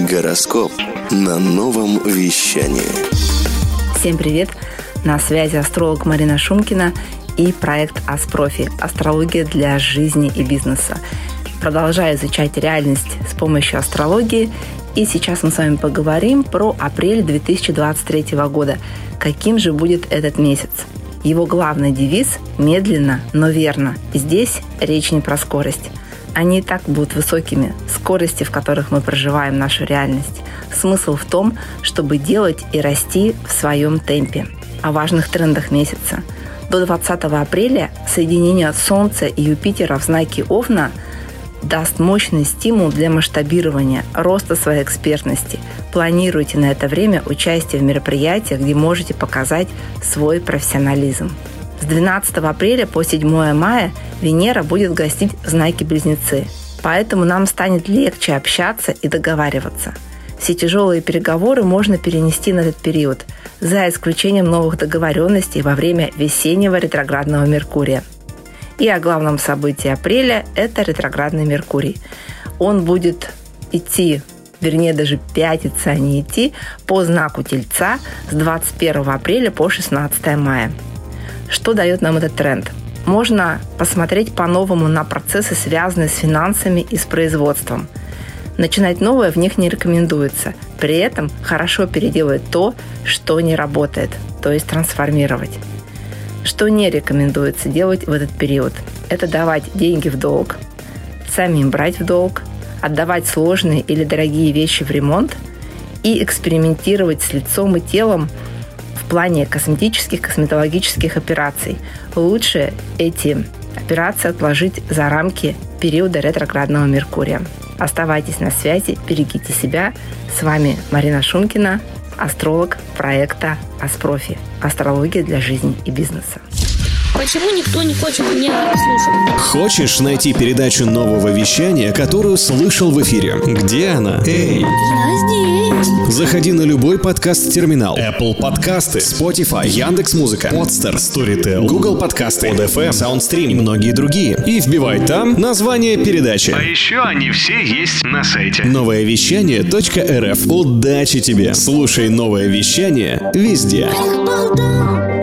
Гороскоп на новом вещании. Всем привет! На связи астролог Марина Шумкина и проект Аспрофи – астрология для жизни и бизнеса. Продолжаю изучать реальность с помощью астрологии. И сейчас мы с вами поговорим про апрель 2023 года. Каким же будет этот месяц? Его главный девиз – медленно, но верно. И здесь речь не про скорость. Они и так будут высокими, скорости, в которых мы проживаем нашу реальность. Смысл в том, чтобы делать и расти в своем темпе. О важных трендах месяца. До 20 апреля соединение Солнца и Юпитера в знаке Овна даст мощный стимул для масштабирования, роста своей экспертности. Планируйте на это время участие в мероприятиях, где можете показать свой профессионализм. С 12 апреля по 7 мая Венера будет гостить в знаке Близнецы. Поэтому нам станет легче общаться и договариваться. Все тяжелые переговоры можно перенести на этот период, за исключением новых договоренностей во время весеннего ретроградного Меркурия. И о главном событии апреля – это ретроградный Меркурий. Он будет идти, вернее даже пятиться, а не идти, по знаку Тельца с 21 апреля по 16 мая. Что дает нам этот тренд? Можно посмотреть по-новому на процессы, связанные с финансами и с производством. Начинать новое в них не рекомендуется. При этом хорошо переделать то, что не работает, то есть трансформировать. Что не рекомендуется делать в этот период? Это давать деньги в долг, самим брать в долг, отдавать сложные или дорогие вещи в ремонт и экспериментировать с лицом и телом в плане косметических, косметологических операций. Лучше эти операции отложить за рамки периода ретроградного Меркурия. Оставайтесь на связи, берегите себя. С вами Марина Шумкина, астролог проекта Аспрофи. Астрология для жизни и бизнеса. Почему никто не хочет меня слушать? Хочешь найти передачу нового вещания, которую слышал в эфире? Где она? Эй! Я здесь. Заходи на любой подкаст-терминал. Apple подкасты, Spotify, Яндекс.Музыка, Podster, Storytel, Google подкасты, Pod.fm, Soundstream и многие другие. И вбивай там название передачи. А еще они все есть на сайте. Новоевещание.рф. Удачи тебе! Слушай новое вещание везде. Балда.